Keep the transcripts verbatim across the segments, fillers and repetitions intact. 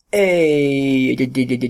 Hey,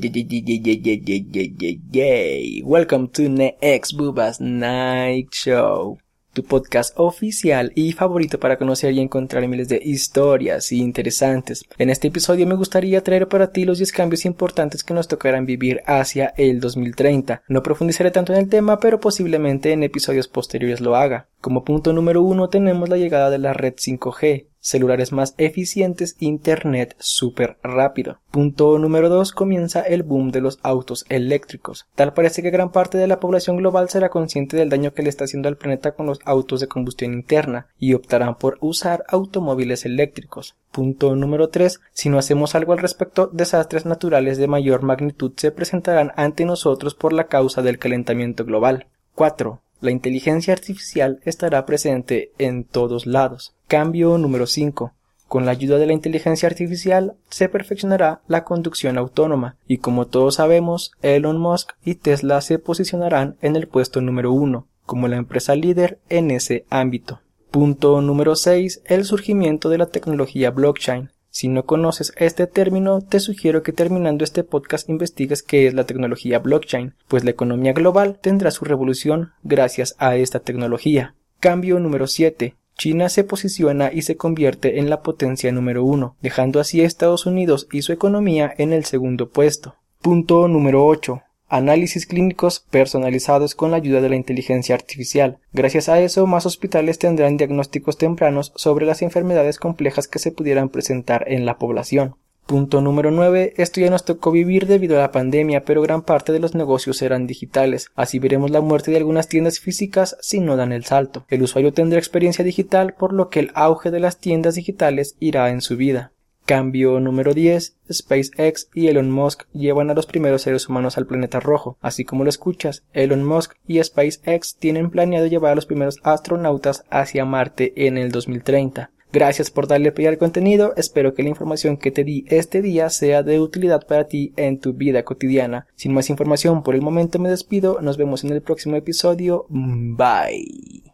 welcome to Next Bubas Night Show, tu podcast oficial y favorito para conocer y encontrar miles de historias interesantes. En este episodio me gustaría traer para ti los diez cambios importantes que nos tocarán vivir hacia el dos mil treinta. No profundizaré tanto en el tema, pero posiblemente en episodios posteriores lo haga. Como punto número uno tenemos la llegada de la red cinco G. Celulares más eficientes, internet súper rápido. Punto número dos, comienza el boom de los autos eléctricos. Tal parece que gran parte de la población global será consciente del daño que le está haciendo al planeta con los autos de combustión interna y optarán por usar automóviles eléctricos. Punto número tres, si no hacemos algo al respecto, desastres naturales de mayor magnitud se presentarán ante nosotros por la causa del calentamiento global. cuatro. La inteligencia artificial estará presente en todos lados. Cambio número cinco. Con la ayuda de la inteligencia artificial se perfeccionará la conducción autónoma y como todos sabemos, Elon Musk y Tesla se posicionarán en el puesto número uno, como la empresa líder en ese ámbito. Punto número seis. El surgimiento de la tecnología blockchain. Si no conoces este término, te sugiero que terminando este podcast investigues qué es la tecnología blockchain, pues la economía global tendrá su revolución gracias a esta tecnología. Cambio número siete. China se posiciona y se convierte en la potencia número uno, dejando así a Estados Unidos y su economía en el segundo puesto. Punto número ocho. Análisis clínicos personalizados con la ayuda de la inteligencia artificial. Gracias a eso, más hospitales tendrán diagnósticos tempranos sobre las enfermedades complejas que se pudieran presentar en la población. Punto número nueve. Esto ya nos tocó vivir debido a la pandemia, pero gran parte de los negocios serán digitales. Así veremos la muerte de algunas tiendas físicas si no dan el salto. El usuario tendrá experiencia digital, por lo que el auge de las tiendas digitales irá en su vida. Cambio número diez. SpaceX y Elon Musk llevan a los primeros seres humanos al planeta rojo. Así como lo escuchas, Elon Musk y SpaceX tienen planeado llevar a los primeros astronautas hacia Marte en el dos mil treinta. Gracias por darle play al contenido, espero que la información que te di este día sea de utilidad para ti en tu vida cotidiana. Sin más información por el momento me despido, nos vemos en el próximo episodio, bye.